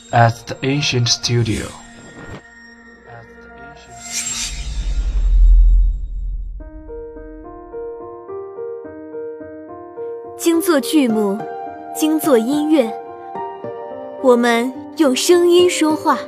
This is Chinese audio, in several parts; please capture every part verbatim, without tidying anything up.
At the ancient studio. 精作剧目，精作音乐，我们用声音说话。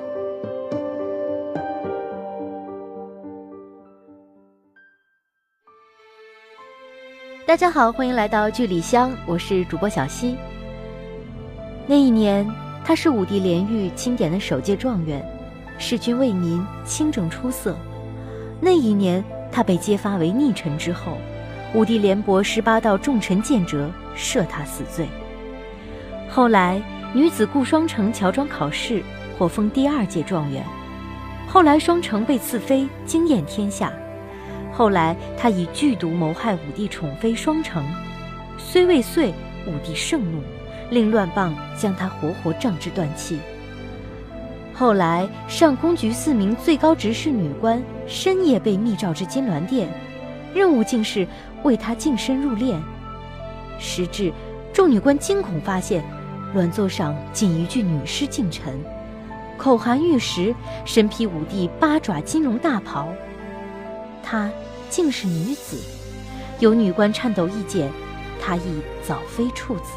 大家好，欢迎来到剧里香，我是主播小溪。那一年，他是武帝连玉钦点的首届状元，弑君为民，清正出色。那一年，他被揭发为逆臣之后，武帝廉颇十八道重臣见折，赦他死罪。后来，女子顾双成乔装考试，获封第二届状元。后来，双成被赐妃，惊艳天下。后来，他以剧毒谋害武帝宠妃双成，虽未遂，武帝盛怒，令乱棒将他活活杖至断气。后来，上宫局四名最高执事女官深夜被密召至金銮殿，任务竟是为他净身入殓。时至，众女官惊恐发现，銮座上仅一具女尸净尘，口含玉石，身披武帝八爪金绒大袍。她竟是女子，有女官颤抖意见，她亦早非处子。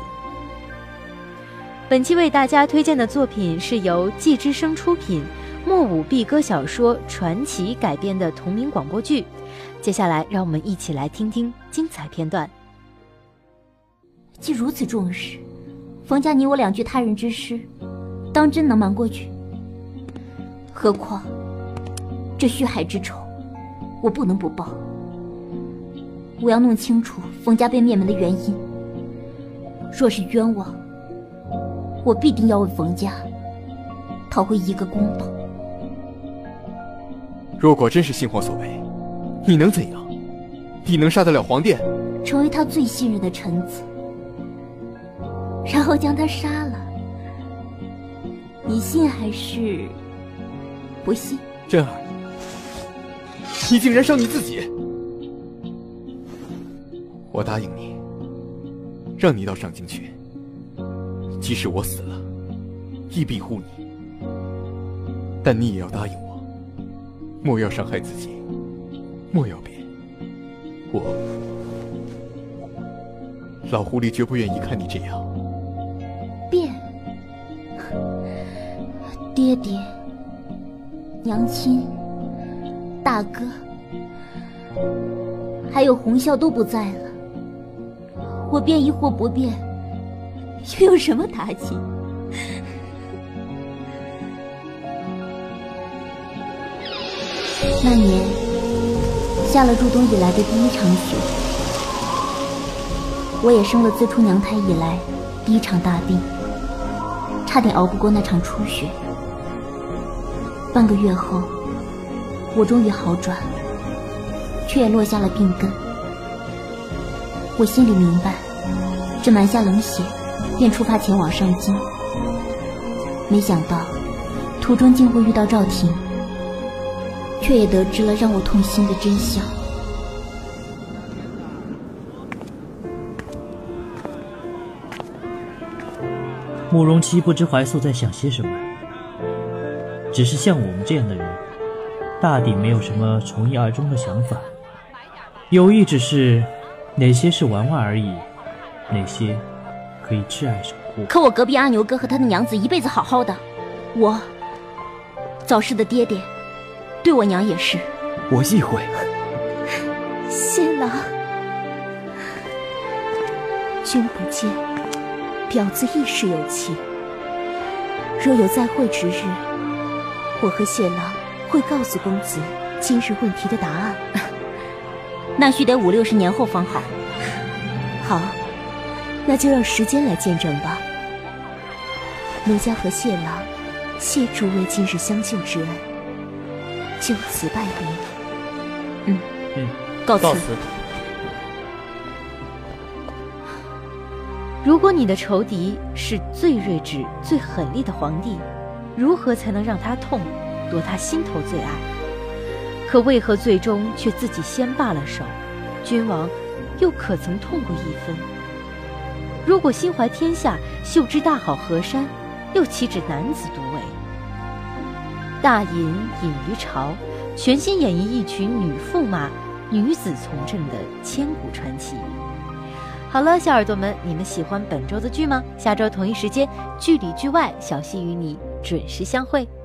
本期为大家推荐的作品是由季之声出品，莫武碧歌小说《传奇》改编的同名广播剧。接下来，让我们一起来听听精彩片段。 既如此重视，冯家你我两句他人之师，当真能瞒过去？何况这血海之仇，我不能不报。我要弄清楚冯家被灭门的原因，若是冤枉，我必定要为冯家讨回一个公道。 如果真是星火所为，你能怎样？你能杀得了皇殿？ 成为他最信任的臣子，然后将他杀了，你信还是不信？ 真儿，你竟燃烧你自己！我答应你，让你到上京去，即使我死了，亦必护你。但你也要答应我，莫要伤害自己，莫要变。我老狐狸绝不愿意看你这样。 变？爹爹、娘亲、大哥，还有红孝都不在了，我变亦或不变，又有什么打击？那年下了入冬以来的第一场雪，我也生了自出娘胎以来第一场大病，差点熬不过那场初雪。半个月后，我终于好转，却也落下了病根。我心里明白，这埋下冷血，便出发前往上京。没想到，途中竟会遇到赵婷，却也得知了让我痛心的真相。 慕容琪不知怀素在想些什么，只是像我们这样的人，大抵没有什么从一而终的想法，有意只是哪些是玩玩而已，哪些可以挚爱守护。 可我隔壁阿牛哥和他的娘子一辈子好好的，我早逝的爹爹对我娘也是。 我亦会。 谢郎，君不见，婊子亦是有情。若有再会之日，我和谢郎会告诉公子今日问题的答案。那须得五六十年后方好。好，那就让时间来见证吧。奴家和谢郎谢诸位今日相救之恩，就此拜别。嗯嗯， 告辞。 告辞。 如果你的仇敌是最睿智、最狠厉的皇帝，如何才能让他痛，夺他心头最爱？可为何最终却自己先罢了手？君王又可曾痛过一分？如果心怀天下，秀之大好河山， 又岂止男子独为？大隐隐于朝，全心演绎一群女驸马、女子从政的千古传奇。好了，小耳朵们，你们喜欢本周的剧吗？下周同一时间，剧里剧外，小溪与你准时相会。